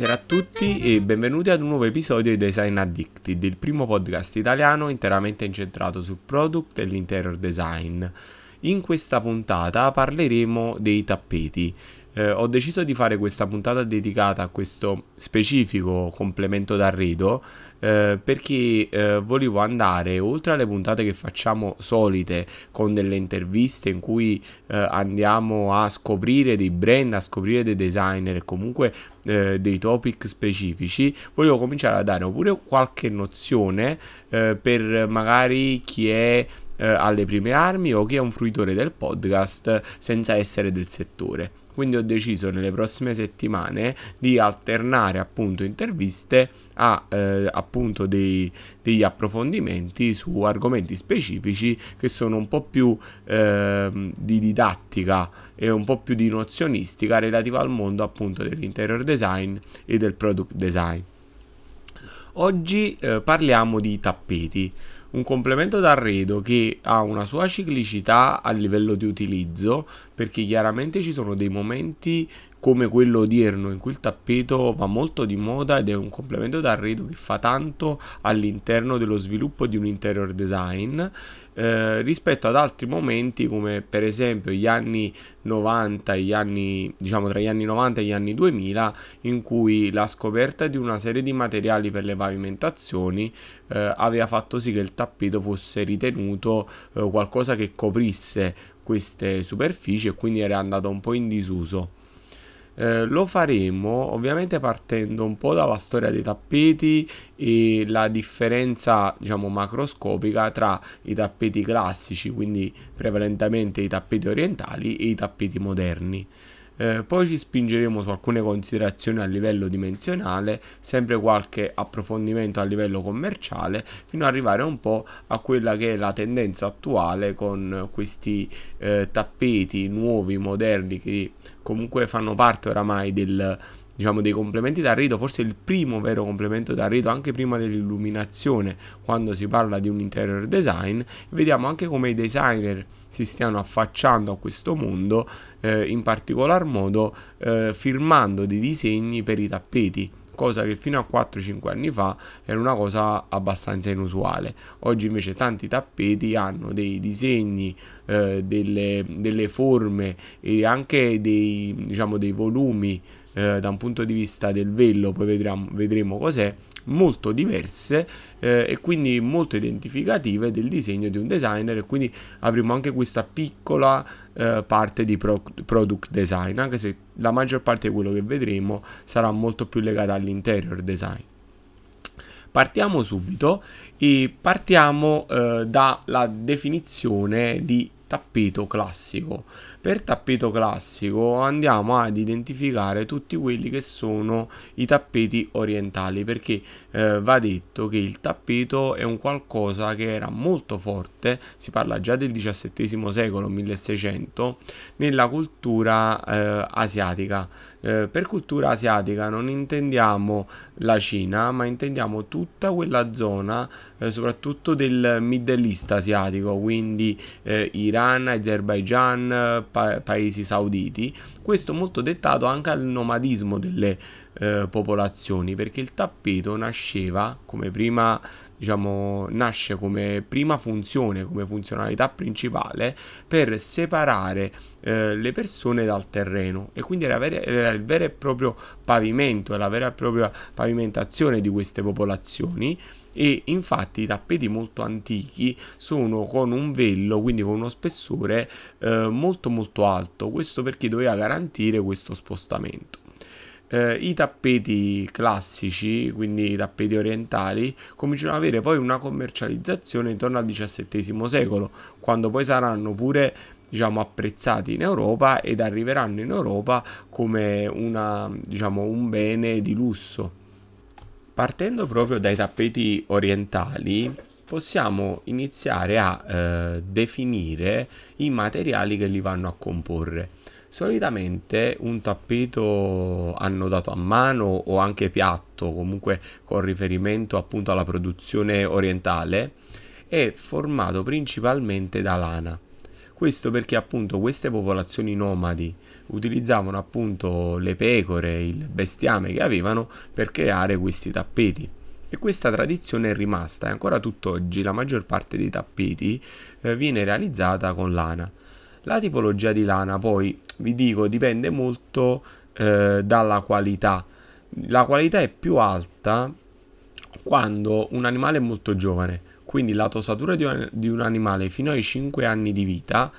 Buonasera a tutti e benvenuti ad un nuovo episodio di Design Addicted, il primo podcast italiano interamente incentrato sul product e l'interior design. In questa puntata parleremo dei tappeti. Ho deciso di fare questa puntata dedicata a questo specifico complemento d'arredo perché volevo andare oltre alle puntate che facciamo solite con delle interviste in cui andiamo a scoprire dei brand, a scoprire dei designer e comunque dei topic specifici. Volevo cominciare a dare pure qualche nozione per magari chi è alle prime armi o chi è un fruitore del podcast senza essere del settore. Quindi ho deciso nelle prossime settimane di alternare appunto interviste a appunto degli approfondimenti su argomenti specifici che sono un po' più di didattica e un po' più di nozionistica relativa al mondo appunto dell'interior design e del product design. Oggi parliamo di tappeti. Un complemento d'arredo che ha una sua ciclicità a livello di utilizzo, perché chiaramente ci sono dei momenti come quello odierno in cui il tappeto va molto di moda ed è un complemento d'arredo che fa tanto all'interno dello sviluppo di un interior design rispetto ad altri momenti come per esempio gli anni 90 e tra gli anni 90 e gli anni 2000, in cui la scoperta di una serie di materiali per le pavimentazioni aveva fatto sì che il tappeto fosse ritenuto qualcosa che coprisse queste superfici e quindi era andato un po' in disuso. Lo faremo ovviamente partendo un po' dalla storia dei tappeti e la differenza macroscopica tra i tappeti classici, quindi prevalentemente i tappeti orientali, e i tappeti moderni. Poi ci spingeremo su alcune considerazioni a livello dimensionale, sempre qualche approfondimento a livello commerciale, fino ad arrivare un po' a quella che è la tendenza attuale con questi tappeti nuovi, moderni, che comunque fanno parte oramai dei complementi d'arredo, forse il primo vero complemento d'arredo anche prima dell'illuminazione quando si parla di un interior design. Vediamo anche come i designer si stiano affacciando a questo mondo, in particolar modo firmando dei disegni per i tappeti, cosa che fino a 4-5 anni fa era una cosa abbastanza inusuale. Oggi invece tanti tappeti hanno dei disegni, delle forme e anche dei volumi da un punto di vista del vello, poi vedremo cos'è, molto diverse e quindi molto identificative del disegno di un designer, e quindi avremo anche questa piccola parte di product design, anche se la maggior parte di quello che vedremo sarà molto più legata all'interior design. Partiamo subito e partiamo dalla definizione di tappeto classico. Per tappeto classico andiamo ad identificare tutti quelli che sono i tappeti orientali, perché va detto che il tappeto è un qualcosa che era molto forte, si parla già del XVII secolo, 1600, nella cultura asiatica. Per cultura asiatica non intendiamo la Cina, ma intendiamo tutta quella zona, soprattutto del Middle East asiatico, quindi Iran, Azerbaijan, paesi sauditi. Questo molto dettato anche al nomadismo delle popolazioni, perché il tappeto nasceva come prima, nasce come prima funzione, come funzionalità principale per separare le persone dal terreno, e quindi era il vero e proprio pavimento, la vera e propria pavimentazione di queste popolazioni. E infatti i tappeti molto antichi sono con un vello, quindi con uno spessore molto molto alto, questo perché doveva garantire questo spostamento. I tappeti classici, quindi i tappeti orientali, cominciano ad avere poi una commercializzazione intorno al XVII secolo, quando poi saranno pure apprezzati in Europa ed arriveranno in Europa come un bene di lusso. Partendo proprio dai tappeti orientali, possiamo iniziare a definire i materiali che li vanno a comporre. Solitamente un tappeto annodato a mano o anche piatto, comunque con riferimento appunto alla produzione orientale, è formato principalmente da lana. Questo perché appunto queste popolazioni nomadi utilizzavano appunto le pecore, il bestiame che avevano per creare questi tappeti. E questa tradizione è rimasta e ancora tutt'oggi la maggior parte dei tappeti viene realizzata con lana. La tipologia di lana poi, vi dico, dipende molto dalla qualità. La qualità è più alta quando un animale è molto giovane, quindi la tosatura di un animale fino ai 5 anni di vita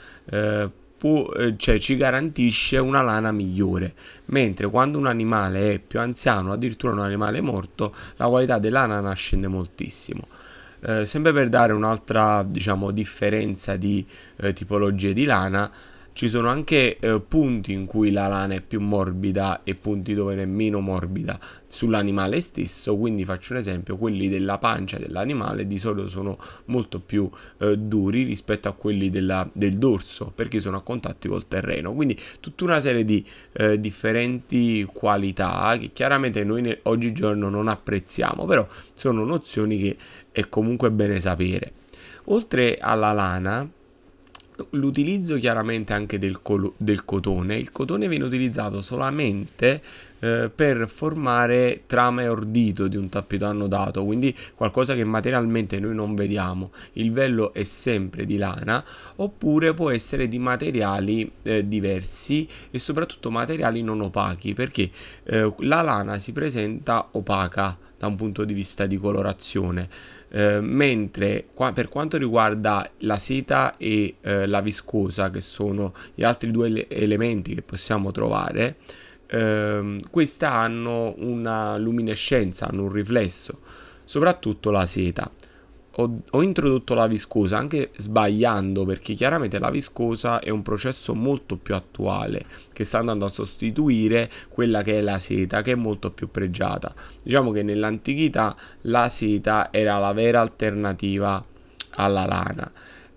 ci garantisce una lana migliore, mentre quando un animale è più anziano, addirittura un animale morto, la qualità della lana scende moltissimo. Sempre per dare un'altra, diciamo, differenza di tipologie di lana, ci sono anche punti in cui la lana è più morbida e punti dove è meno morbida sull'animale stesso. Quindi faccio un esempio: quelli della pancia dell'animale di solito sono molto più duri rispetto a quelli del dorso, perché sono a contatti col terreno. Quindi tutta una serie di differenti qualità che chiaramente noi oggigiorno non apprezziamo, però sono nozioni che è comunque bene sapere. Oltre alla lana, l'utilizzo chiaramente anche del cotone. Il cotone viene utilizzato solamente per formare trama e ordito di un tappeto annodato, quindi qualcosa che materialmente noi non vediamo. Il vello è sempre di lana, oppure può essere di materiali diversi e soprattutto materiali non opachi, perché la lana si presenta opaca da un punto di vista di colorazione. Mentre per quanto riguarda la seta e la viscosa, che sono gli altri due elementi che possiamo trovare, queste hanno una luminescenza, hanno un riflesso, soprattutto la seta. Ho introdotto la viscosa anche sbagliando, perché chiaramente la viscosa è un processo molto più attuale che sta andando a sostituire quella che è la seta, che è molto più pregiata. Diciamo che nell'antichità la seta era la vera alternativa alla lana.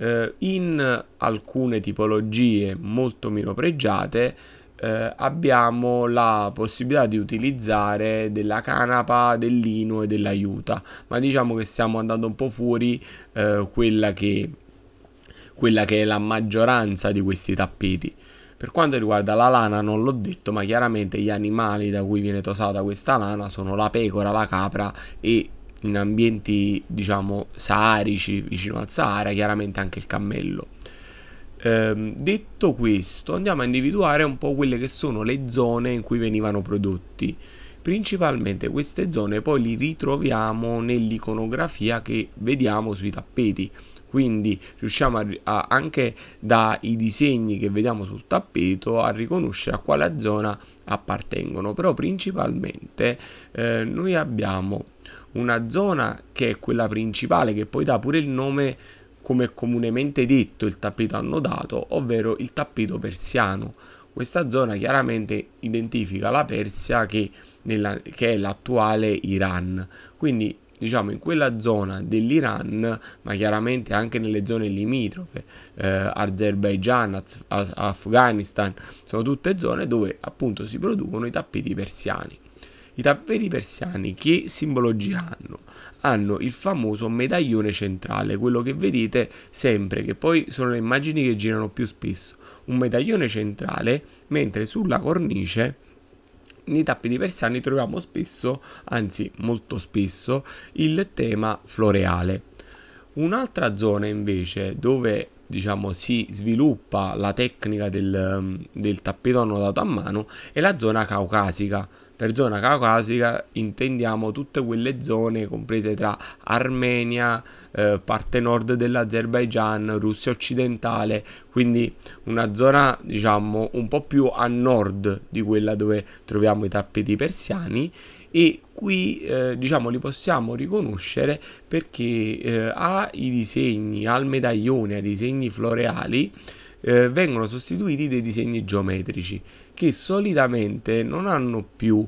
In alcune tipologie molto meno pregiate abbiamo la possibilità di utilizzare della canapa, del lino e della juta, ma diciamo che stiamo andando un po' fuori quella che è la maggioranza di questi tappeti. Per quanto riguarda la lana non l'ho detto, ma chiaramente gli animali da cui viene tosata questa lana sono la pecora, la capra e, in ambienti diciamo saharici, vicino al Sahara, chiaramente anche il cammello. Detto questo, andiamo a individuare un po' quelle che sono le zone in cui venivano prodotti. Principalmente queste zone poi li ritroviamo nell'iconografia che vediamo sui tappeti, quindi riusciamo anche dai disegni che vediamo sul tappeto a riconoscere a quale zona appartengono. Però principalmente noi abbiamo una zona che è quella principale, che poi dà pure il nome, come è comunemente detto, il tappeto annodato, ovvero il tappeto persiano. Questa zona chiaramente identifica la Persia che è l'attuale Iran. Quindi diciamo in quella zona dell'Iran, ma chiaramente anche nelle zone limitrofe, Azerbaijan, Afghanistan, sono tutte zone dove appunto si producono i tappeti persiani. I tappeti persiani che simbologia hanno? Hanno il famoso medaglione centrale, quello che vedete sempre, che poi sono le immagini che girano più spesso. Un medaglione centrale, mentre sulla cornice nei tappeti persiani troviamo spesso, anzi molto spesso, il tema floreale. Un'altra zona invece dove diciamo si sviluppa la tecnica del tappeto annodato a mano è la zona caucasica. Per zona caucasica intendiamo tutte quelle zone comprese tra Armenia, parte nord dell'Azerbaijan, Russia occidentale, quindi una zona diciamo un po' più a nord di quella dove troviamo i tappeti persiani. E qui diciamo li possiamo riconoscere perché ai disegni, al medaglione, ai disegni floreali vengono sostituiti dei disegni geometrici che solitamente non hanno più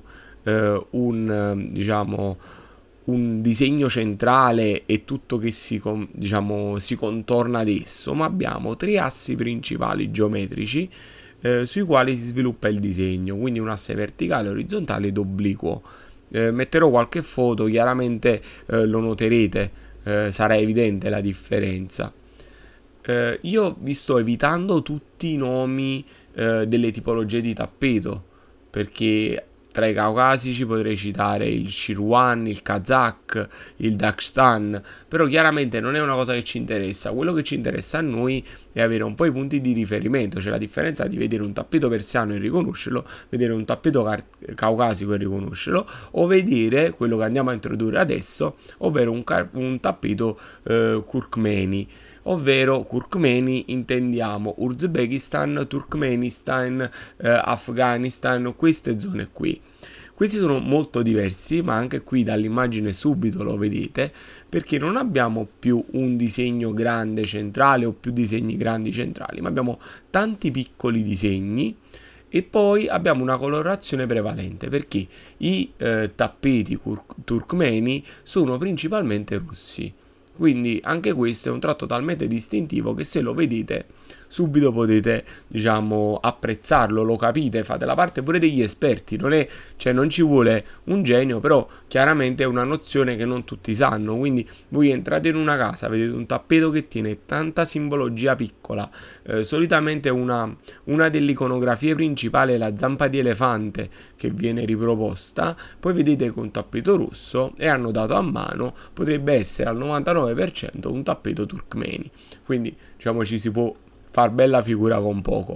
diciamo un disegno centrale e tutto che si contorna ad esso, ma abbiamo tre assi principali geometrici sui quali si sviluppa il disegno, quindi un asse verticale, orizzontale ed obliquo. Metterò qualche foto, chiaramente lo noterete, sarà evidente la differenza. io vi sto evitando tutti i nomi delle tipologie di tappeto, perché tra i caucasici potrei citare il Shirwan, il Kazakh, il Dagestan, però chiaramente non è una cosa che ci interessa. Quello che ci interessa a noi è avere un po' i punti di riferimento. C'è la differenza di vedere un tappeto persiano e riconoscerlo, vedere un tappeto caucasico e riconoscerlo, o vedere quello che andiamo a introdurre adesso, ovvero un tappeto Turkmeni. Ovvero Turkmeni intendiamo Uzbekistan, Turkmenistan, Afghanistan, queste zone qui. Questi sono molto diversi, ma anche qui dall'immagine subito lo vedete, perché non abbiamo più un disegno grande centrale o più disegni grandi centrali, ma abbiamo tanti piccoli disegni e poi abbiamo una colorazione prevalente, perché i tappeti turkmeni sono principalmente rossi. Quindi anche questo è un tratto talmente distintivo che se lo vedete subito potete, diciamo, apprezzarlo, lo capite, fate la parte pure degli esperti, non ci vuole un genio, però chiaramente è una nozione che non tutti sanno, quindi voi entrate in una casa, vedete un tappeto che tiene tanta simbologia piccola, solitamente una delle iconografie principali è la zampa di elefante che viene riproposta, poi vedete che un tappeto rosso è annotato a mano, potrebbe essere al 99% un tappeto turkmeni, quindi diciamo ci si può far bella figura con poco.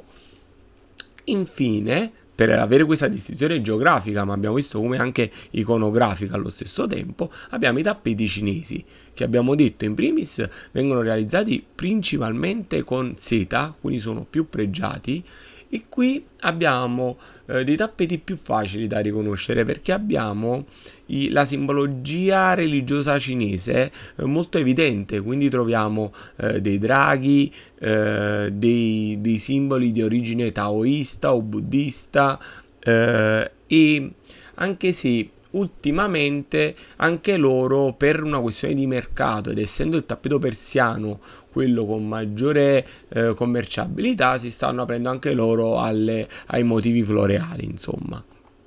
Infine, per avere questa distinzione geografica, ma abbiamo visto come anche iconografica allo stesso tempo, abbiamo i tappeti cinesi, che abbiamo detto in primis vengono realizzati principalmente con seta, quindi sono più pregiati, e qui abbiamo dei tappeti più facili da riconoscere perché abbiamo la simbologia religiosa cinese molto evidente, quindi troviamo dei draghi, dei simboli di origine taoista o buddista, e anche se ultimamente anche loro, per una questione di mercato ed essendo il tappeto persiano quello con maggiore commerciabilità, si stanno aprendo anche loro ai motivi floreali, insomma.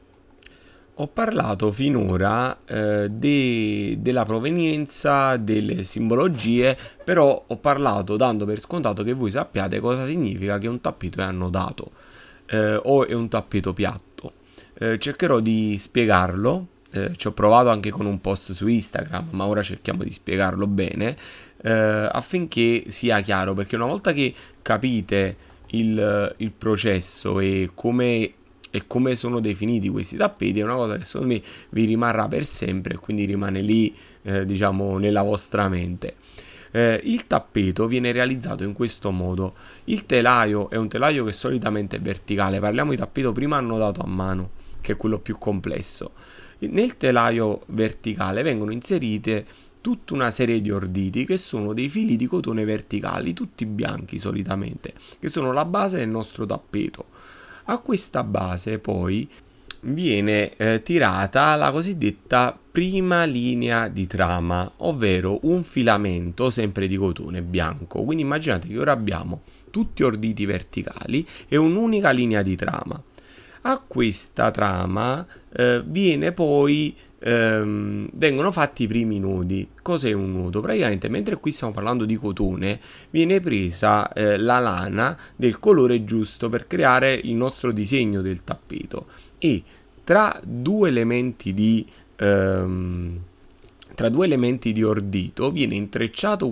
Ho parlato finora della provenienza delle simbologie, però ho parlato dando per scontato che voi sappiate cosa significa che un tappeto è annodato o è un tappeto piatto. Cercherò di spiegarlo, ci ho provato anche con un post su Instagram, ma ora cerchiamo di spiegarlo bene affinché sia chiaro, perché una volta che capite il processo e come sono definiti questi tappeti, è una cosa che secondo me vi rimarrà per sempre e quindi rimane lì, diciamo, nella vostra mente. Il tappeto viene realizzato in questo modo. Il telaio è un telaio che solitamente è verticale, parliamo di tappeto prima annodato a mano, che è quello più complesso. Nel telaio verticale vengono inserite tutta una serie di orditi che sono dei fili di cotone verticali, tutti bianchi solitamente, che sono la base del nostro tappeto. A questa base poi viene tirata la cosiddetta prima linea di trama, ovvero un filamento sempre di cotone bianco. Quindi immaginate che ora abbiamo tutti orditi verticali e un'unica linea di trama. A questa trama viene poi vengono fatti i primi nodi. Cos'è un nodo? Praticamente, mentre qui stiamo parlando di cotone, viene presa la lana del colore giusto per creare il nostro disegno del tappeto, e tra due elementi di ordito viene intrecciato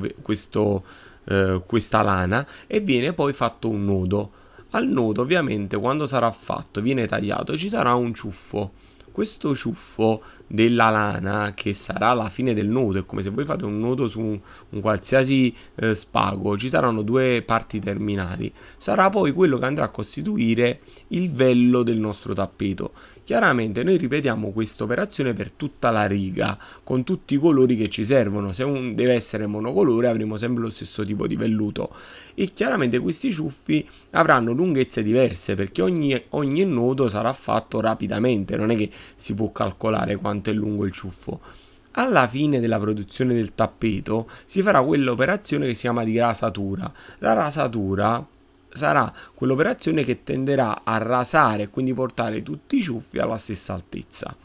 questa lana e viene poi fatto un nodo. Al nodo, ovviamente, quando sarà fatto, viene tagliato, ci sarà un ciuffo. Questo ciuffo della lana, che sarà la fine del nodo, è come se voi fate un nodo su un qualsiasi spago, ci saranno due parti terminali, sarà poi quello che andrà a costituire il vello del nostro tappeto. Chiaramente noi ripetiamo questa operazione per tutta la riga, con tutti i colori che ci servono. Se deve essere monocolore avremo sempre lo stesso tipo di velluto, e chiaramente questi ciuffi avranno lunghezze diverse perché ogni nodo sarà fatto rapidamente, non è che si può calcolare quanto è lungo il ciuffo. Alla fine della produzione del tappeto si farà quell'operazione che si chiama di rasatura. La rasatura sarà quell'operazione che tenderà a rasare e quindi portare tutti i ciuffi alla stessa altezza.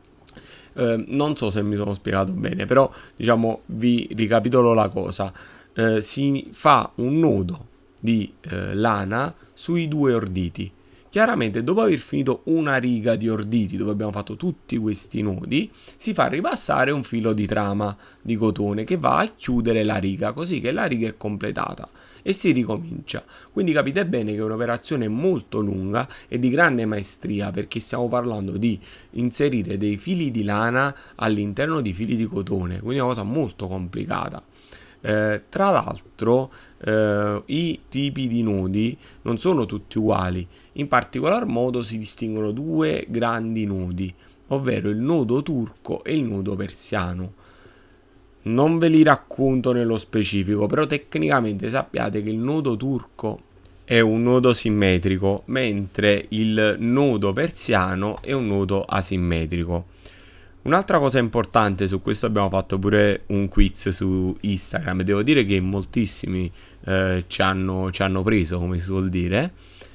Non so se mi sono spiegato bene, però diciamo vi ricapitolo la cosa. si fa un nodo di lana sui due orditi. Chiaramente dopo aver finito una riga di orditi dove abbiamo fatto tutti questi nodi, si fa ripassare un filo di trama di cotone che va a chiudere la riga, così che la riga è completata e si ricomincia. Quindi capite bene che è un'operazione molto lunga e di grande maestria, perché stiamo parlando di inserire dei fili di lana all'interno di fili di cotone, quindi è una cosa molto complicata. Tra l'altro i tipi di nodi non sono tutti uguali, in particolar modo si distinguono due grandi nodi, ovvero il nodo turco e il nodo persiano. Non ve li racconto nello specifico, però tecnicamente sappiate che il nodo turco è un nodo simmetrico, mentre il nodo persiano è un nodo asimmetrico. Un'altra cosa importante, su questo abbiamo fatto pure un quiz su Instagram, devo dire che moltissimi ci hanno preso, come si suol dire.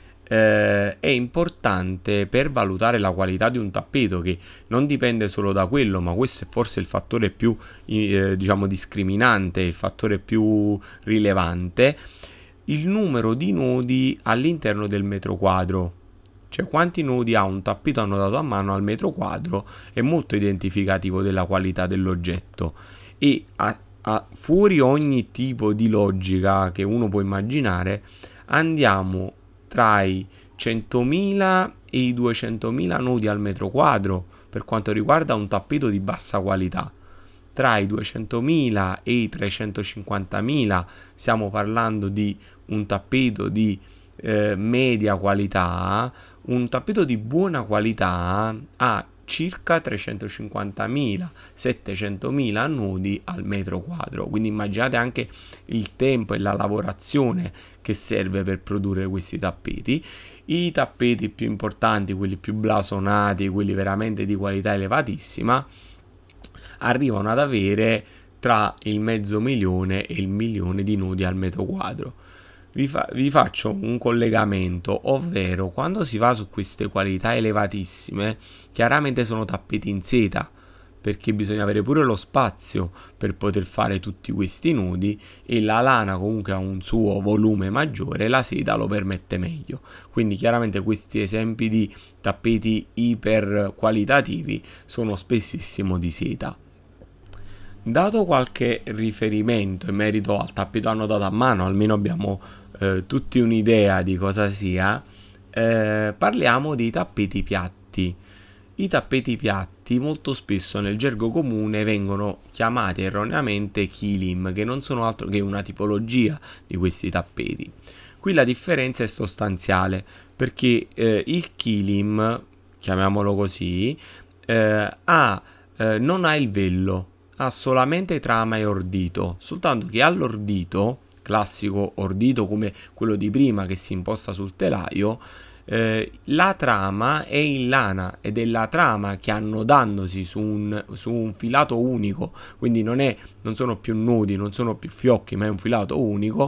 È importante per valutare la qualità di un tappeto, che non dipende solo da quello, ma questo è forse il fattore più diciamo discriminante, il fattore più rilevante, il numero di nodi all'interno del metro quadro. Cioè quanti nodi ha un tappeto annodato a mano al metro quadro è molto identificativo della qualità dell'oggetto, e fuori ogni tipo di logica che uno può immaginare andiamo tra i 100.000 e i 200.000 nodi al metro quadro per quanto riguarda un tappeto di bassa qualità. Tra i 200.000 e i 350.000 stiamo parlando di un tappeto di media qualità. Un tappeto di buona qualità ha circa 350.000-700.000 nodi al metro quadro, quindi immaginate anche il tempo e la lavorazione che serve per produrre questi tappeti. I tappeti più importanti, quelli più blasonati, quelli veramente di qualità elevatissima, arrivano ad avere tra il 500.000 e il 1.000.000 di nodi al metro quadro. Vi faccio un collegamento, ovvero quando si va su queste qualità elevatissime, chiaramente sono tappeti in seta, perché bisogna avere pure lo spazio per poter fare tutti questi nodi, e la lana comunque ha un suo volume maggiore, la seta lo permette meglio. Quindi chiaramente questi esempi di tappeti iper qualitativi sono spessissimo di seta. Dato qualche riferimento in merito al tappeto annodato a mano, almeno abbiamo tutti un'idea di cosa sia, parliamo dei tappeti piatti. I tappeti piatti molto spesso nel gergo comune vengono chiamati erroneamente kilim, che non sono altro che una tipologia di questi tappeti. Qui la differenza è sostanziale, perché il kilim, chiamiamolo così, non ha il vello, ha solamente trama e ordito, soltanto che all'ordito, classico ordito come quello di prima che si imposta sul telaio, la trama è in lana, ed è la trama che, annodandosi su un filato unico, quindi non sono più nodi, non sono più fiocchi, ma è un filato unico,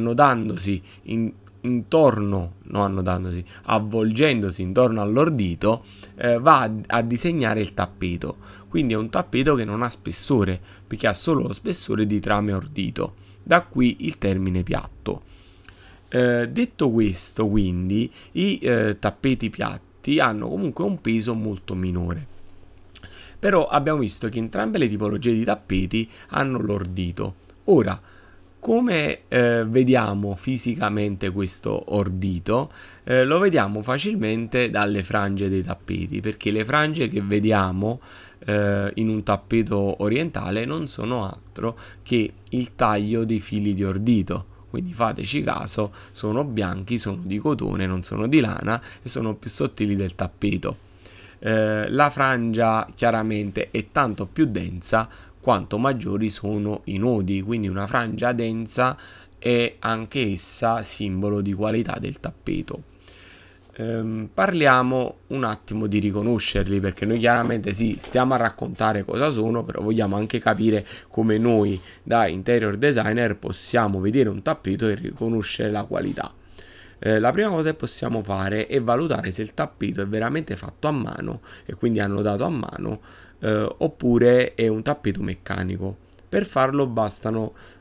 avvolgendosi intorno all'ordito, va a disegnare il tappeto. Quindi è un tappeto che non ha spessore, perché ha solo lo spessore di trame ordito. Da qui il termine piatto. Detto questo, quindi, i tappeti piatti hanno comunque un peso molto minore. Però abbiamo visto che entrambe le tipologie di tappeti hanno l'ordito. Ora, come vediamo fisicamente questo ordito? Lo vediamo facilmente dalle frange dei tappeti, perché le frange che vediamo in un tappeto orientale non sono altro che il taglio dei fili di ordito. Quindi fateci caso, sono bianchi, sono di cotone, non sono di lana e sono più sottili del tappeto. La frangia chiaramente è tanto più densa quanto maggiori sono i nodi, quindi una frangia densa è anche essa simbolo di qualità del tappeto. Parliamo un attimo di riconoscerli, perché noi chiaramente stiamo a raccontare cosa sono, però vogliamo anche capire come noi da interior designer possiamo vedere un tappeto e riconoscere la qualità. La prima cosa che possiamo fare è valutare se il tappeto è veramente fatto a mano e quindi annodato a mano, oppure è un tappeto meccanico. Per farlo bastano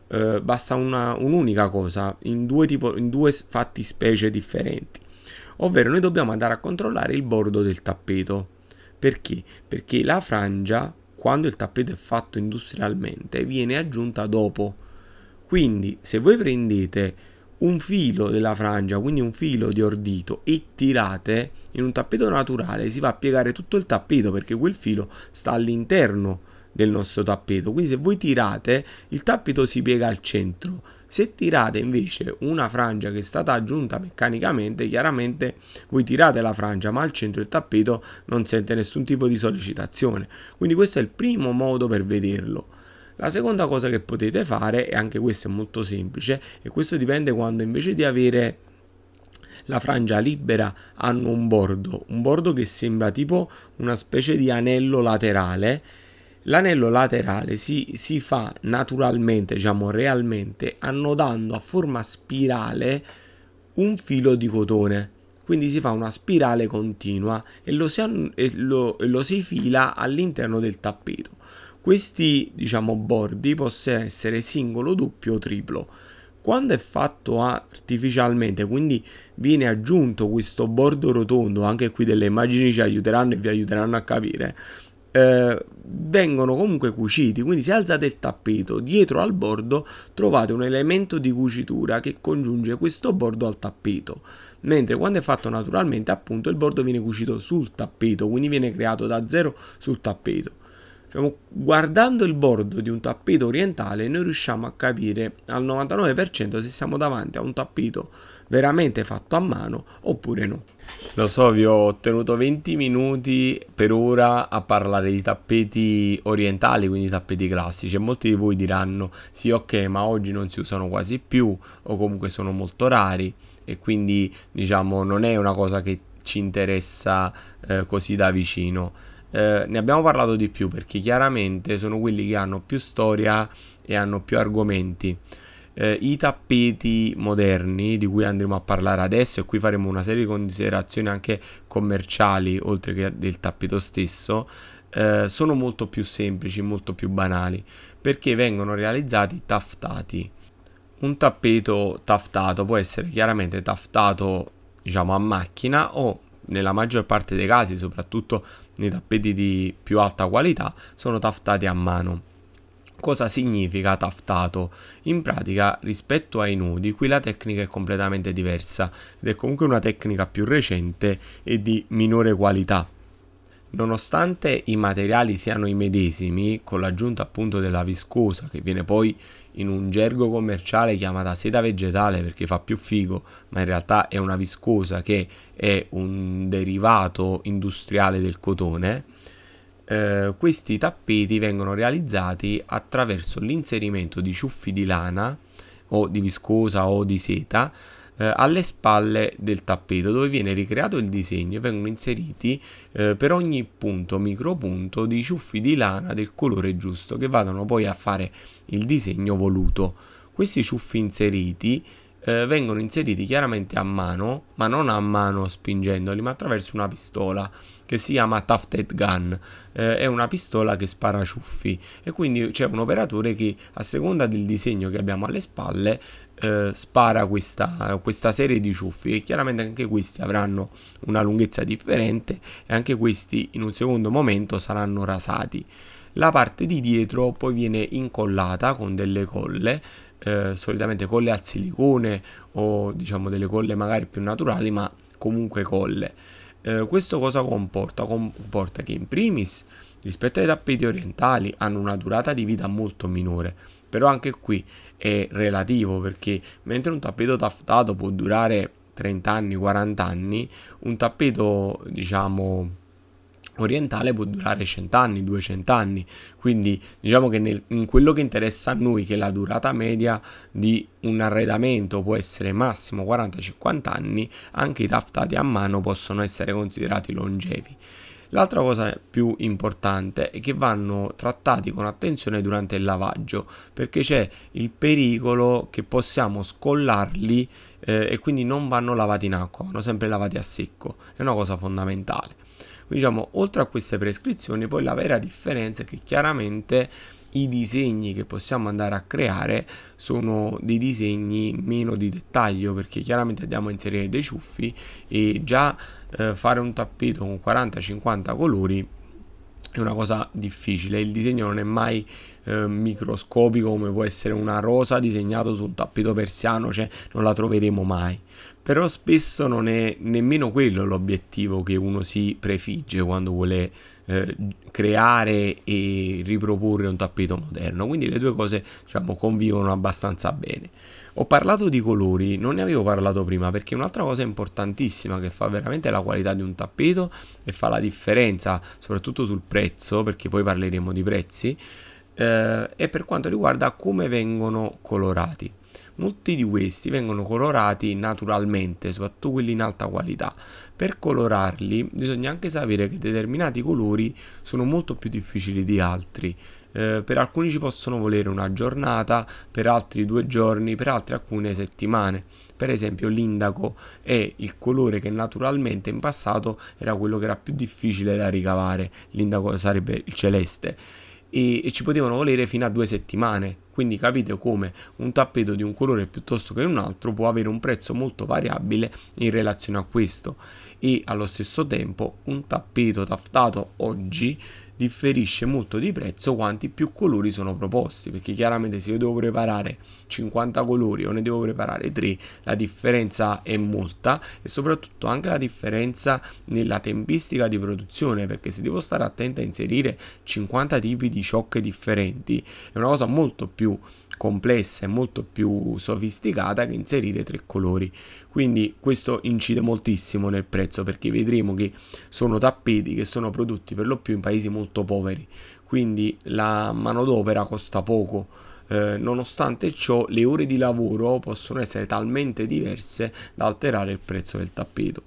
basta un'unica cosa in due fattispecie differenti, ovvero noi dobbiamo andare a controllare il bordo del tappeto. Perché? Perché la frangia, quando il tappeto è fatto industrialmente, viene aggiunta dopo. Quindi se voi prendete un filo della frangia, quindi un filo di ordito, e tirate in un tappeto naturale, si va a piegare tutto il tappeto, perché quel filo sta all'interno del nostro tappeto. Quindi se voi tirate, il tappeto si piega al centro. Se tirate invece una frangia che è stata aggiunta meccanicamente, chiaramente voi tirate la frangia, ma al centro il tappeto non sente nessun tipo di sollecitazione. Quindi questo è il primo modo per vederlo. La seconda cosa che potete fare, e anche questo è molto semplice, e questo dipende quando invece di avere la frangia libera hanno un bordo che sembra tipo una specie di anello laterale. L'anello laterale si fa naturalmente, diciamo realmente, annodando a forma spirale un filo di cotone. Quindi si fa una spirale continua e lo si fila all'interno del tappeto. Questi, diciamo, bordi possono essere singolo, doppio o triplo. Quando è fatto artificialmente, quindi viene aggiunto questo bordo rotondo, anche qui delle immagini ci aiuteranno e vi aiuteranno a capire, vengono comunque cuciti. Quindi se alzate il tappeto, dietro al bordo trovate un elemento di cucitura che congiunge questo bordo al tappeto, mentre quando è fatto naturalmente, appunto, il bordo viene cucito sul tappeto, quindi viene creato da zero sul tappeto. Diciamo, guardando il bordo di un tappeto orientale noi riusciamo a capire al 99% se siamo davanti a un tappeto veramente fatto a mano oppure no. Lo so, vi ho tenuto 20 minuti per ora a parlare di tappeti orientali, quindi tappeti classici, e molti di voi diranno sì, ok, ma oggi non si usano quasi più o comunque sono molto rari e quindi, diciamo, non è una cosa che ci interessa così da vicino. Ne abbiamo parlato di più perché chiaramente sono quelli che hanno più storia e hanno più argomenti. I tappeti moderni di cui andremo a parlare adesso, e qui faremo una serie di considerazioni anche commerciali oltre che del tappeto stesso, sono molto più semplici, molto più banali, perché vengono realizzati taftati. Un tappeto taftato può essere chiaramente taftato, diciamo, a macchina o, nella maggior parte dei casi, soprattutto nei tappeti di più alta qualità, sono taftati a mano. Cosa significa taftato? In pratica, rispetto ai nudi, qui la tecnica è completamente diversa ed è comunque una tecnica più recente e di minore qualità. Nonostante i materiali siano i medesimi, con l'aggiunta appunto della viscosa, che viene poi in un gergo commerciale chiamata seta vegetale perché fa più figo, ma in realtà è una viscosa che è un derivato industriale del cotone, questi tappeti vengono realizzati attraverso l'inserimento di ciuffi di lana o di viscosa o di seta alle spalle del tappeto, dove viene ricreato il disegno e vengono inseriti per ogni punto, micropunto, di ciuffi di lana del colore giusto che vadano poi a fare il disegno voluto. Questi ciuffi inseriti vengono inseriti chiaramente a mano, ma non a mano spingendoli, ma attraverso una pistola che si chiama Tufted Gun. È una pistola che spara ciuffi e quindi c'è un operatore che, a seconda del disegno che abbiamo alle spalle, spara questa serie di ciuffi, e chiaramente anche questi avranno una lunghezza differente e anche questi in un secondo momento saranno rasati. La parte di dietro poi viene incollata con delle colle, solitamente colle al silicone o diciamo delle colle magari più naturali, ma comunque colle. Questo cosa comporta? Comporta che in primis, rispetto ai tappeti orientali, hanno una durata di vita molto minore, però anche qui è relativo, perché mentre un tappeto taftato può durare 30 anni, 40 anni, un tappeto, diciamo, orientale può durare 100 anni, 200 anni. Quindi diciamo che in quello che interessa a noi, che la durata media di un arredamento può essere massimo 40-50 anni, anche i taftati a mano possono essere considerati longevi. L'altra cosa più importante è che vanno trattati con attenzione durante il lavaggio, perché c'è il pericolo che possiamo scollarli e quindi non vanno lavati in acqua, vanno sempre lavati a secco. È una cosa fondamentale. Quindi, diciamo, oltre a queste prescrizioni, poi la vera differenza è che chiaramente i disegni che possiamo andare a creare sono dei disegni meno di dettaglio, perché chiaramente andiamo a inserire dei ciuffi e già fare un tappeto con 40-50 colori è una cosa difficile. Il disegno non è mai microscopico come può essere una rosa disegnato su un tappeto persiano, cioè non la troveremo mai. Però spesso non è nemmeno quello l'obiettivo che uno si prefigge quando vuole creare e riproporre un tappeto moderno. Quindi le due cose, diciamo, convivono abbastanza bene. Ho parlato di colori, non ne avevo parlato prima perché un'altra cosa importantissima che fa veramente la qualità di un tappeto e fa la differenza soprattutto sul prezzo, perché poi parleremo di prezzi, è per quanto riguarda come vengono colorati. Molti di questi vengono colorati naturalmente, soprattutto quelli in alta qualità. Per colorarli bisogna anche sapere che determinati colori sono molto più difficili di altri. Per alcuni ci possono volere una giornata, per altri 2 giorni, per altri alcune settimane. Per esempio l'indaco è il colore che naturalmente in passato era quello che era più difficile da ricavare. L'indaco sarebbe il celeste. E ci potevano volere fino a 2 settimane. Quindi capite come un tappeto di un colore piuttosto che un altro può avere un prezzo molto variabile in relazione a questo. E allo stesso tempo un tappeto taftato oggi differisce molto di prezzo quanti più colori sono proposti, perché chiaramente se io devo preparare 50 colori o ne devo preparare 3, la differenza è molta, e soprattutto anche la differenza nella tempistica di produzione, perché se devo stare attento a inserire 50 tipi di ciocche differenti è una cosa molto più complessa e molto più sofisticata che inserire 3 colori. Quindi questo incide moltissimo nel prezzo, perché vedremo che sono tappeti che sono prodotti per lo più in paesi molto poveri, quindi la manodopera costa poco. Nonostante ciò le ore di lavoro possono essere talmente diverse da alterare il prezzo del tappeto.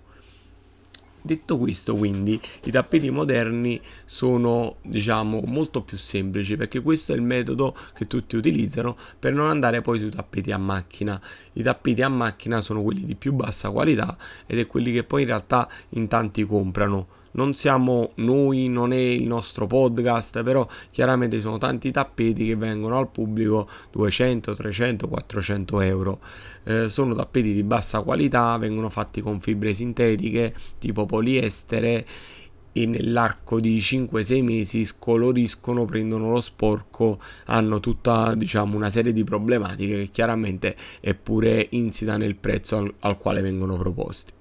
Detto questo, quindi, i tappeti moderni sono, diciamo, molto più semplici, perché questo è il metodo che tutti utilizzano per non andare poi sui tappeti a macchina. I tappeti a macchina sono quelli di più bassa qualità ed è quelli che poi in realtà in tanti comprano. Non siamo noi, non è il nostro podcast, però chiaramente ci sono tanti tappeti che vengono al pubblico 200, 300, 400 euro. Sono tappeti di bassa qualità, vengono fatti con fibre sintetiche tipo poliestere e nell'arco di 5-6 mesi scoloriscono, prendono lo sporco, hanno tutta, diciamo, una serie di problematiche che chiaramente è pure insita nel prezzo al quale vengono proposti.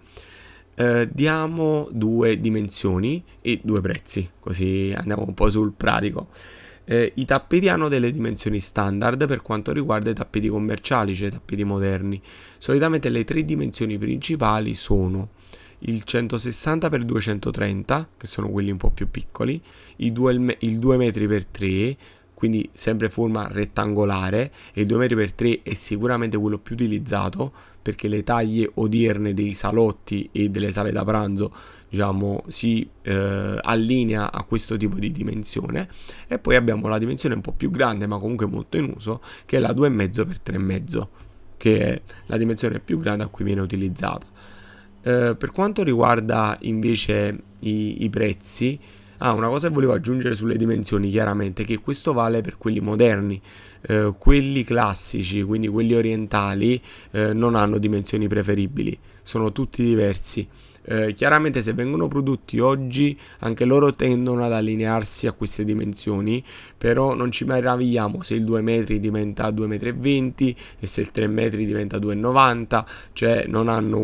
Diamo 2 dimensioni e 2 prezzi, così andiamo un po' sul pratico. I tappeti hanno delle dimensioni standard per quanto riguarda i tappeti commerciali, cioè i tappeti moderni. Solitamente le 3 dimensioni principali sono il 160x230, che sono quelli un po' più piccoli, il 2 metri per 3, quindi sempre forma rettangolare, e il 2 metri per 3 è sicuramente quello più utilizzato, perché le taglie odierne dei salotti e delle sale da pranzo, diciamo, si allinea a questo tipo di dimensione. E poi abbiamo la dimensione un po' più grande ma comunque molto in uso, che è la 2,5x3,5, che è la dimensione più grande a cui viene utilizzata. Per quanto riguarda invece i prezzi, una cosa che volevo aggiungere sulle dimensioni, chiaramente, che questo vale per quelli moderni. Quelli classici, quindi quelli orientali, non hanno dimensioni preferibili, sono tutti diversi. Chiaramente se vengono prodotti oggi anche loro tendono ad allinearsi a queste dimensioni, però non ci meravigliamo se il 2 metri diventa 2,20 m e se il 3 metri diventa 2,90 m, cioè non hanno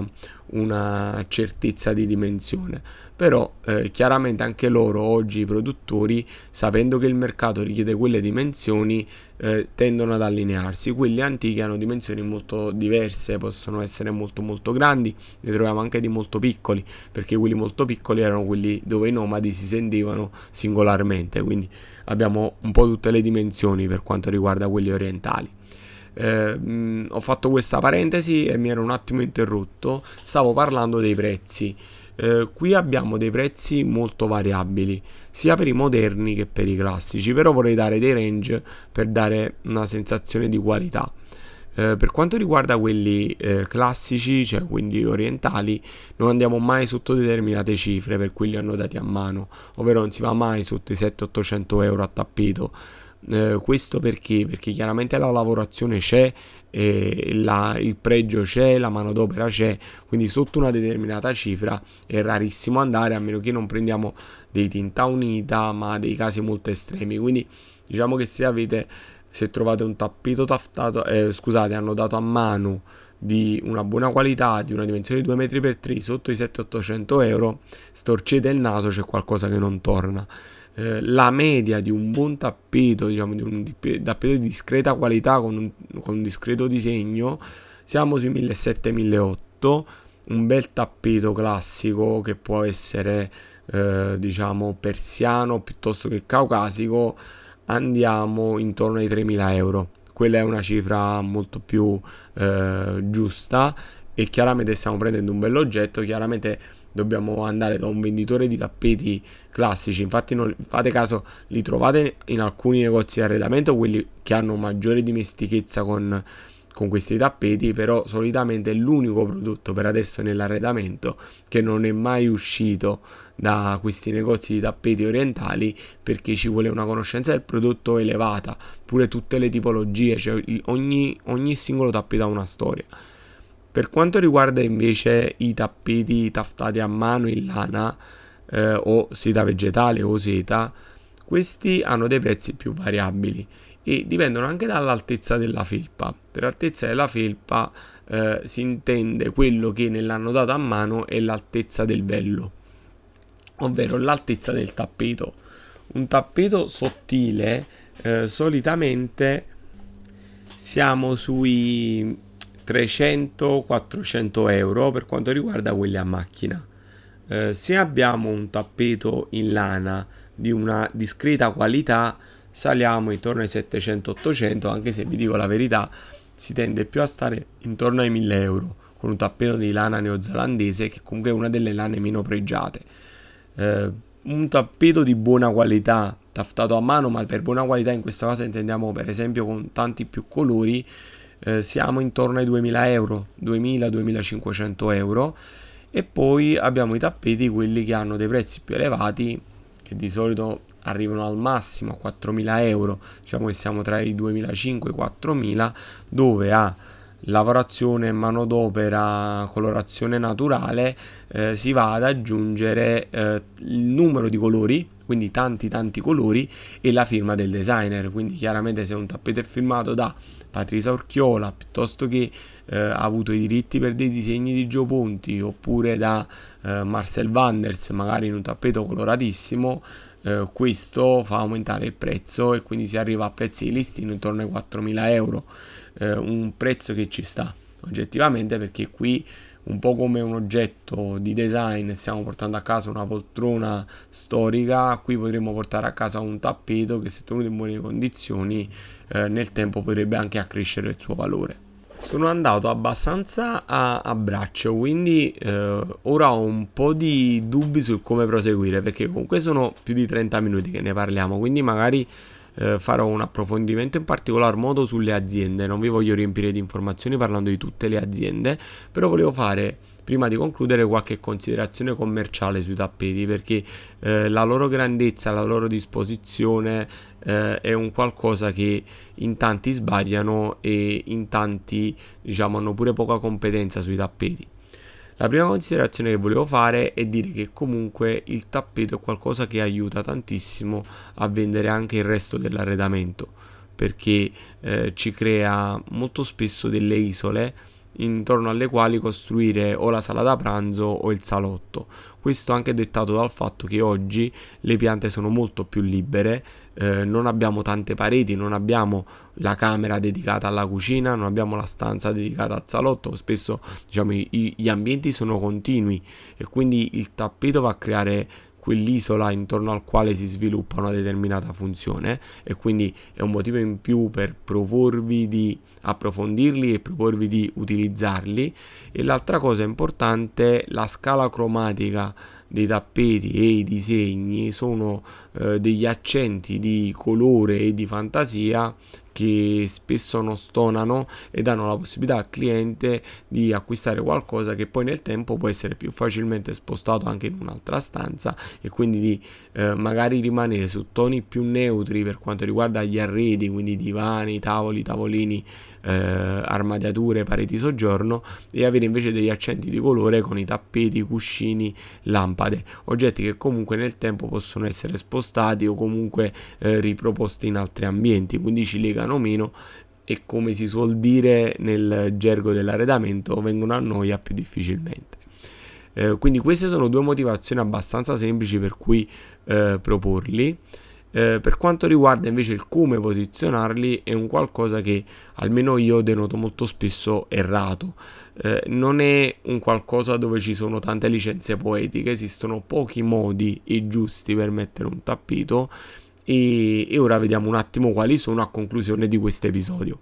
una certezza di dimensione. Però chiaramente anche loro oggi, i produttori, sapendo che il mercato richiede quelle dimensioni, tendono ad allinearsi. Quelli antichi hanno dimensioni molto diverse, possono essere molto molto grandi, ne troviamo anche di molto piccoli, perché quelli molto piccoli erano quelli dove i nomadi si sentivano singolarmente, quindi abbiamo un po' tutte le dimensioni per quanto riguarda quelli orientali. Ho fatto questa parentesi e mi ero un attimo interrotto, stavo parlando dei prezzi. Qui abbiamo dei prezzi molto variabili sia per i moderni che per i classici, però vorrei dare dei range per dare una sensazione di qualità. Per quanto riguarda quelli classici, cioè quindi orientali, non andiamo mai sotto determinate cifre per quelli annotati a mano, ovvero non si va mai sotto i 700-800 euro a tappeto. Questo perché? Perché chiaramente la lavorazione c'è, il pregio c'è, la manodopera c'è, quindi sotto una determinata cifra è rarissimo andare, a meno che non prendiamo dei tinta unita, ma dei casi molto estremi. Quindi diciamo che se trovate un tappeto taftato, scusate, annodato a mano di una buona qualità, di una dimensione di 2 m x 3 sotto i 700-800 euro, storcete il naso, c'è qualcosa che non torna. La media di un buon tappeto, diciamo di un tappeto di discreta qualità con un discreto disegno, siamo sui 1700-1800. Un bel tappeto classico che può essere diciamo persiano piuttosto che caucasico, andiamo intorno ai 3000 euro. Quella è una cifra molto più giusta, e chiaramente stiamo prendendo un bell'oggetto. Chiaramente dobbiamo andare da un venditore di tappeti classici, infatti non fate caso, li trovate in alcuni negozi di arredamento, quelli che hanno maggiore dimestichezza con questi tappeti, però solitamente è l'unico prodotto per adesso nell'arredamento che non è mai uscito da questi negozi di tappeti orientali, perché ci vuole una conoscenza del prodotto elevata, pure tutte le tipologie, cioè ogni singolo tappeto ha una storia. Per quanto riguarda invece i tappeti taftati a mano in lana, o seta vegetale o seta, questi hanno dei prezzi più variabili e dipendono anche dall'altezza della felpa. Per altezza della felpa si intende quello che nell'annodato a mano è l'altezza del vello, ovvero l'altezza del tappeto. Un tappeto sottile solitamente siamo sui 300-400 euro per quanto riguarda quelli a macchina. Se abbiamo un tappeto in lana di una discreta qualità, saliamo intorno ai 700-800, anche se vi dico la verità, si tende più a stare intorno ai 1000 euro con un tappeto di lana neozelandese, che comunque è una delle lane meno pregiate. Un tappeto di buona qualità taftato a mano, ma per buona qualità in questo caso intendiamo per esempio con tanti più colori, siamo intorno ai 2000 euro, 2000-2500 euro. E poi abbiamo i tappeti, quelli che hanno dei prezzi più elevati, che di solito arrivano al massimo a 4000 euro, diciamo che siamo tra i 2500 e i 4000, dove a lavorazione, manodopera, colorazione naturale si va ad aggiungere il numero di colori, quindi tanti colori, e la firma del designer. Quindi chiaramente se un tappeto è firmato da Patrizia Orchiola, piuttosto che ha avuto i diritti per dei disegni di Gio Ponti, oppure da Marcel Wanders, magari in un tappeto coloratissimo, questo fa aumentare il prezzo e quindi si arriva a prezzi di listino intorno ai 4000 euro. Un prezzo che ci sta oggettivamente, perché qui, un po' come un oggetto di design, stiamo portando a casa una poltrona storica, qui potremmo portare a casa un tappeto che, se tenuto in buone condizioni, nel tempo potrebbe anche accrescere il suo valore. Sono andato abbastanza a braccio, quindi ora ho un po' di dubbi sul come proseguire, perché comunque sono più di 30 minuti che ne parliamo, quindi magari farò un approfondimento in particolar modo sulle aziende. Non vi voglio riempire di informazioni parlando di tutte le aziende, però volevo fare, prima di concludere, qualche considerazione commerciale sui tappeti, perché la loro grandezza, la loro disposizione è un qualcosa che in tanti sbagliano e in tanti, diciamo, hanno pure poca competenza sui tappeti. La prima considerazione che volevo fare è dire che comunque il tappeto è qualcosa che aiuta tantissimo a vendere anche il resto dell'arredamento, perché ci crea molto spesso delle isole intorno alle quali costruire o la sala da pranzo o il salotto. Questo anche dettato dal fatto che oggi le piante sono molto più libere, non abbiamo tante pareti, non abbiamo la camera dedicata alla cucina, non abbiamo la stanza dedicata al salotto. Spesso, diciamo, gli ambienti sono continui e quindi il tappeto va a creare quell'isola intorno al quale si sviluppa una determinata funzione, e quindi è un motivo in più per proporvi di approfondirli e proporvi di utilizzarli. E l'altra cosa importante, la scala cromatica dei tappeti e i disegni sono degli accenti di colore e di fantasia che spesso non stonano e danno la possibilità al cliente di acquistare qualcosa che poi nel tempo può essere più facilmente spostato anche in un'altra stanza, e quindi di magari rimanere su toni più neutri per quanto riguarda gli arredi, quindi divani, tavoli, tavolini, armadiature, pareti soggiorno, e avere invece degli accenti di colore con i tappeti, i cuscini, lampade, oggetti che comunque nel tempo possono essere spostati o comunque riproposti in altri ambienti, quindi ci legano meno e, come si suol dire nel gergo dell'arredamento, vengono a noia più difficilmente. Quindi queste sono due motivazioni abbastanza semplici per cui proporli. Per quanto riguarda invece il come posizionarli, è un qualcosa che almeno io denoto molto spesso errato. Non è un qualcosa dove ci sono tante licenze poetiche, esistono pochi modi e giusti per mettere un tappeto, e ora vediamo un attimo quali sono a conclusione di questo episodio.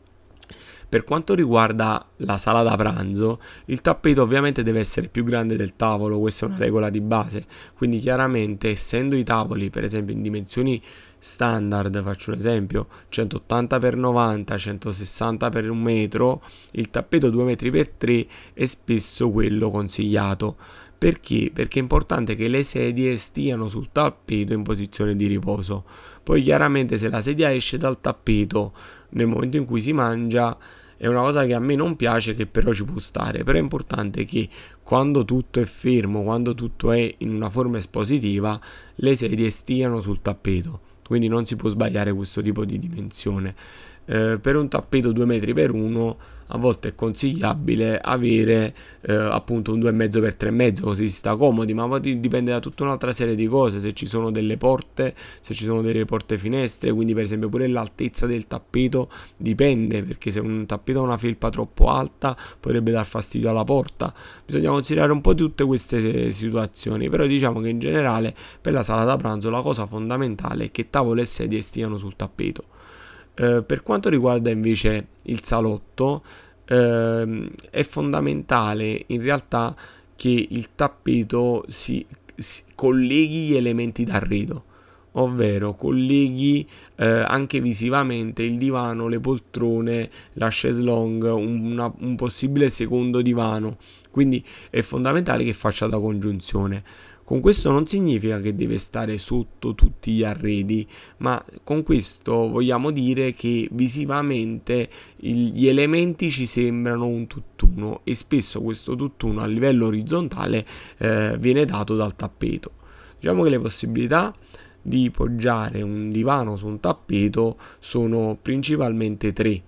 Per quanto riguarda la sala da pranzo, il tappeto ovviamente deve essere più grande del tavolo, questa è una regola di base, quindi chiaramente essendo i tavoli per esempio in dimensioni standard, faccio un esempio, 180x90, 160x 1 metro, il tappeto 2 metri x 3 è spesso quello consigliato. Perché? Perché è importante che le sedie stiano sul tappeto in posizione di riposo. Poi chiaramente se la sedia esce dal tappeto nel momento in cui si mangia è una cosa che a me non piace, che però ci può stare. Però è importante che quando tutto è fermo, quando tutto è in una forma espositiva, le sedie stiano sul tappeto, quindi non si può sbagliare questo tipo di dimensione. Per un tappeto 2 metri x 1 a volte è consigliabile avere appunto un 2,5x3,5, così si sta comodi, ma poi dipende da tutta un'altra serie di cose, se ci sono delle porte, se ci sono delle porte finestre, quindi per esempio pure l'altezza del tappeto dipende, perché se un tappeto ha una felpa troppo alta potrebbe dar fastidio alla porta. Bisogna considerare un po' tutte queste situazioni, però diciamo che in generale per la sala da pranzo la cosa fondamentale è che tavolo e sedie stiano sul tappeto. Per quanto riguarda invece il salotto, è fondamentale in realtà che il tappeto si colleghi gli elementi d'arredo, ovvero colleghi anche visivamente il divano, le poltrone, la chaise longue, un possibile secondo divano, quindi è fondamentale che faccia da congiunzione. Con questo non significa che deve stare sotto tutti gli arredi, ma con questo vogliamo dire che visivamente gli elementi ci sembrano un tutt'uno, e spesso questo tutt'uno a livello orizzontale viene dato dal tappeto. Diciamo che le possibilità di poggiare un divano su un tappeto sono principalmente tre,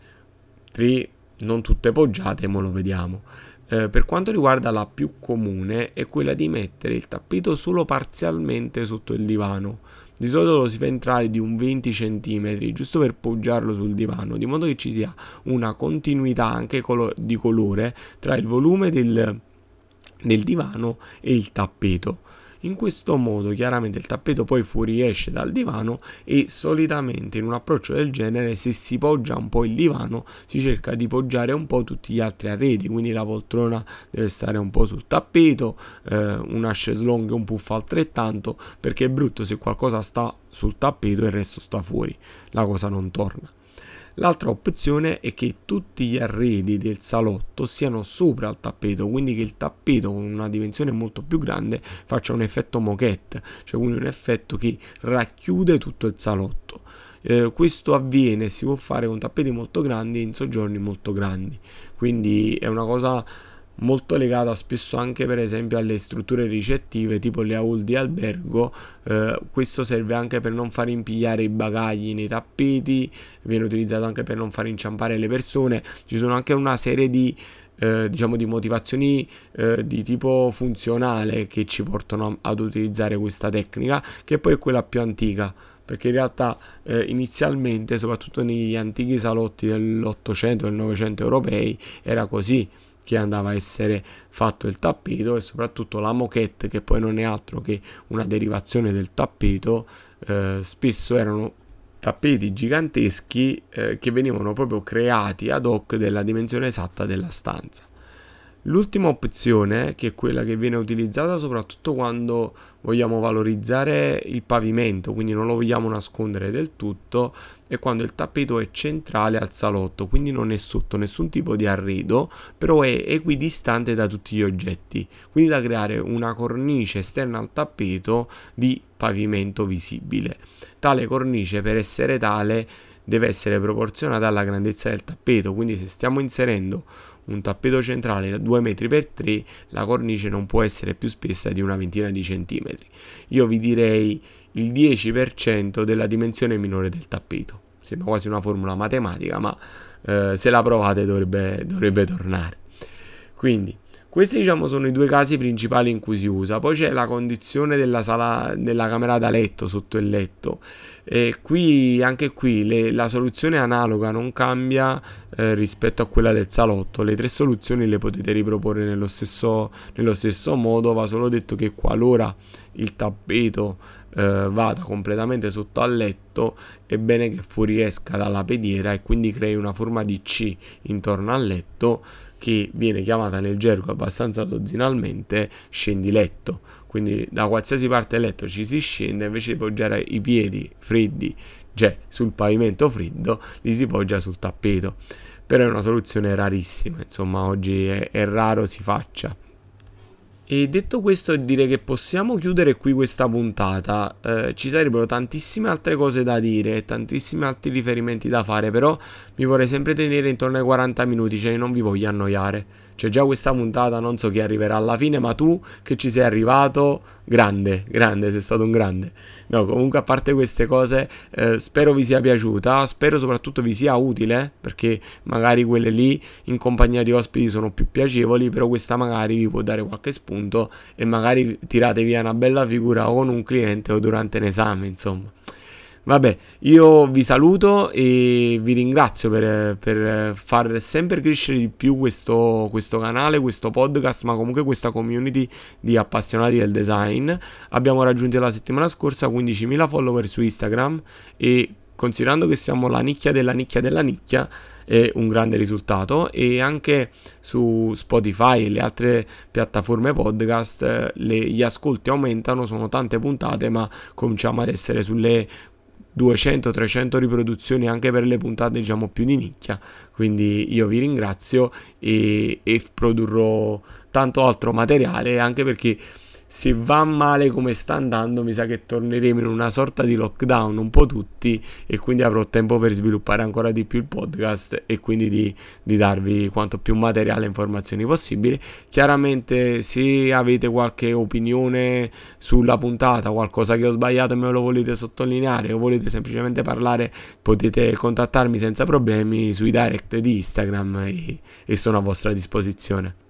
non tutte poggiate, ma lo vediamo. Per quanto riguarda la più comune è quella di mettere il tappeto solo parzialmente sotto il divano. Di solito lo si fa entrare di un 20 cm, giusto per poggiarlo sul divano, di modo che ci sia una continuità anche di colore tra il volume del divano e il tappeto. In questo modo chiaramente il tappeto poi fuoriesce dal divano, e solitamente in un approccio del genere, se si poggia un po' il divano, si cerca di poggiare un po' tutti gli altri arredi, quindi la poltrona deve stare un po' sul tappeto, una chaise longue e un puff altrettanto, perché è brutto se qualcosa sta sul tappeto e il resto sta fuori, la cosa non torna. L'altra opzione è che tutti gli arredi del salotto siano sopra il tappeto, quindi che il tappeto con una dimensione molto più grande faccia un effetto moquette, cioè quindi un effetto che racchiude tutto il salotto. Questo avviene, si può fare con tappeti molto grandi e in soggiorni molto grandi, quindi è una cosa molto legata spesso anche per esempio alle strutture ricettive tipo le hall di albergo. Questo serve anche per non far impigliare i bagagli nei tappeti, viene utilizzato anche per non far inciampare le persone. Ci sono anche una serie di diciamo di motivazioni di tipo funzionale che ci portano ad utilizzare questa tecnica, che poi è quella più antica, perché in realtà inizialmente, soprattutto negli antichi salotti dell'800 e del 900 europei, era così che andava a essere fatto il tappeto, e soprattutto la moquette, che poi non è altro che una derivazione del tappeto. Spesso erano tappeti giganteschi che venivano proprio creati ad hoc della dimensione esatta della stanza. L'ultima opzione, che è quella che viene utilizzata soprattutto quando vogliamo valorizzare il pavimento, quindi non lo vogliamo nascondere del tutto, è quando il tappeto è centrale al salotto, quindi non è sotto nessun tipo di arredo, però è equidistante da tutti gli oggetti, quindi da creare una cornice esterna al tappeto di pavimento visibile. Tale cornice, per essere tale, deve essere proporzionata alla grandezza del tappeto, quindi se stiamo inserendo un tappeto centrale da 2 metri per 3, la cornice non può essere più spessa di una ventina di centimetri. Io vi direi il 10% della dimensione minore del tappeto. Sembra quasi una formula matematica, ma se la provate dovrebbe tornare. Quindi questi, diciamo, sono i due casi principali in cui si usa. Poi c'è la condizione della sala, della camera da letto sotto il letto. E qui, anche qui, la soluzione analoga non cambia rispetto a quella del salotto. Le tre soluzioni le potete riproporre nello stesso modo. Va solo detto che qualora il tappeto vada completamente sotto al letto, è bene che fuoriesca dalla pediera e quindi crei una forma di C intorno al letto, che viene chiamata nel gergo abbastanza dozzinalmente scendiletto. Quindi da qualsiasi parte del letto ci si scende, invece di poggiare i piedi freddi, cioè sul pavimento freddo, li si poggia sul tappeto. Però è una soluzione rarissima, insomma, oggi è raro si faccia. E detto questo, direi che possiamo chiudere qui questa puntata. Ci sarebbero tantissime altre cose da dire, tantissimi altri riferimenti da fare, però mi vorrei sempre tenere intorno ai 40 minuti, cioè non vi voglio annoiare. C'è già questa puntata, non so chi arriverà alla fine, ma tu che ci sei arrivato, grande, grande, sei stato un grande. No, comunque, a parte queste cose, spero vi sia piaciuta, spero soprattutto vi sia utile, perché magari quelle lì in compagnia di ospiti sono più piacevoli, però questa magari vi può dare qualche spunto e magari tirate via una bella figura o con un cliente o durante un esame, insomma. Vabbè, io vi saluto e vi ringrazio per far sempre crescere di più questo canale, questo podcast, ma comunque questa community di appassionati del design. Abbiamo raggiunto la settimana scorsa 15.000 follower su Instagram e, considerando che siamo la nicchia della nicchia della nicchia, è un grande risultato. E anche su Spotify e le altre piattaforme podcast gli ascolti aumentano, sono tante puntate, ma cominciamo ad essere sulle 200-300 riproduzioni anche per le puntate, diciamo, più di nicchia. Quindi io vi ringrazio e produrrò tanto altro materiale, anche perché se va male come sta andando mi sa che torneremo in una sorta di lockdown un po' tutti, e quindi avrò tempo per sviluppare ancora di più il podcast e quindi di darvi quanto più materiale e informazioni possibili. Chiaramente, se avete qualche opinione sulla puntata, qualcosa che ho sbagliato e me lo volete sottolineare o volete semplicemente parlare, potete contattarmi senza problemi sui direct di Instagram e sono a vostra disposizione.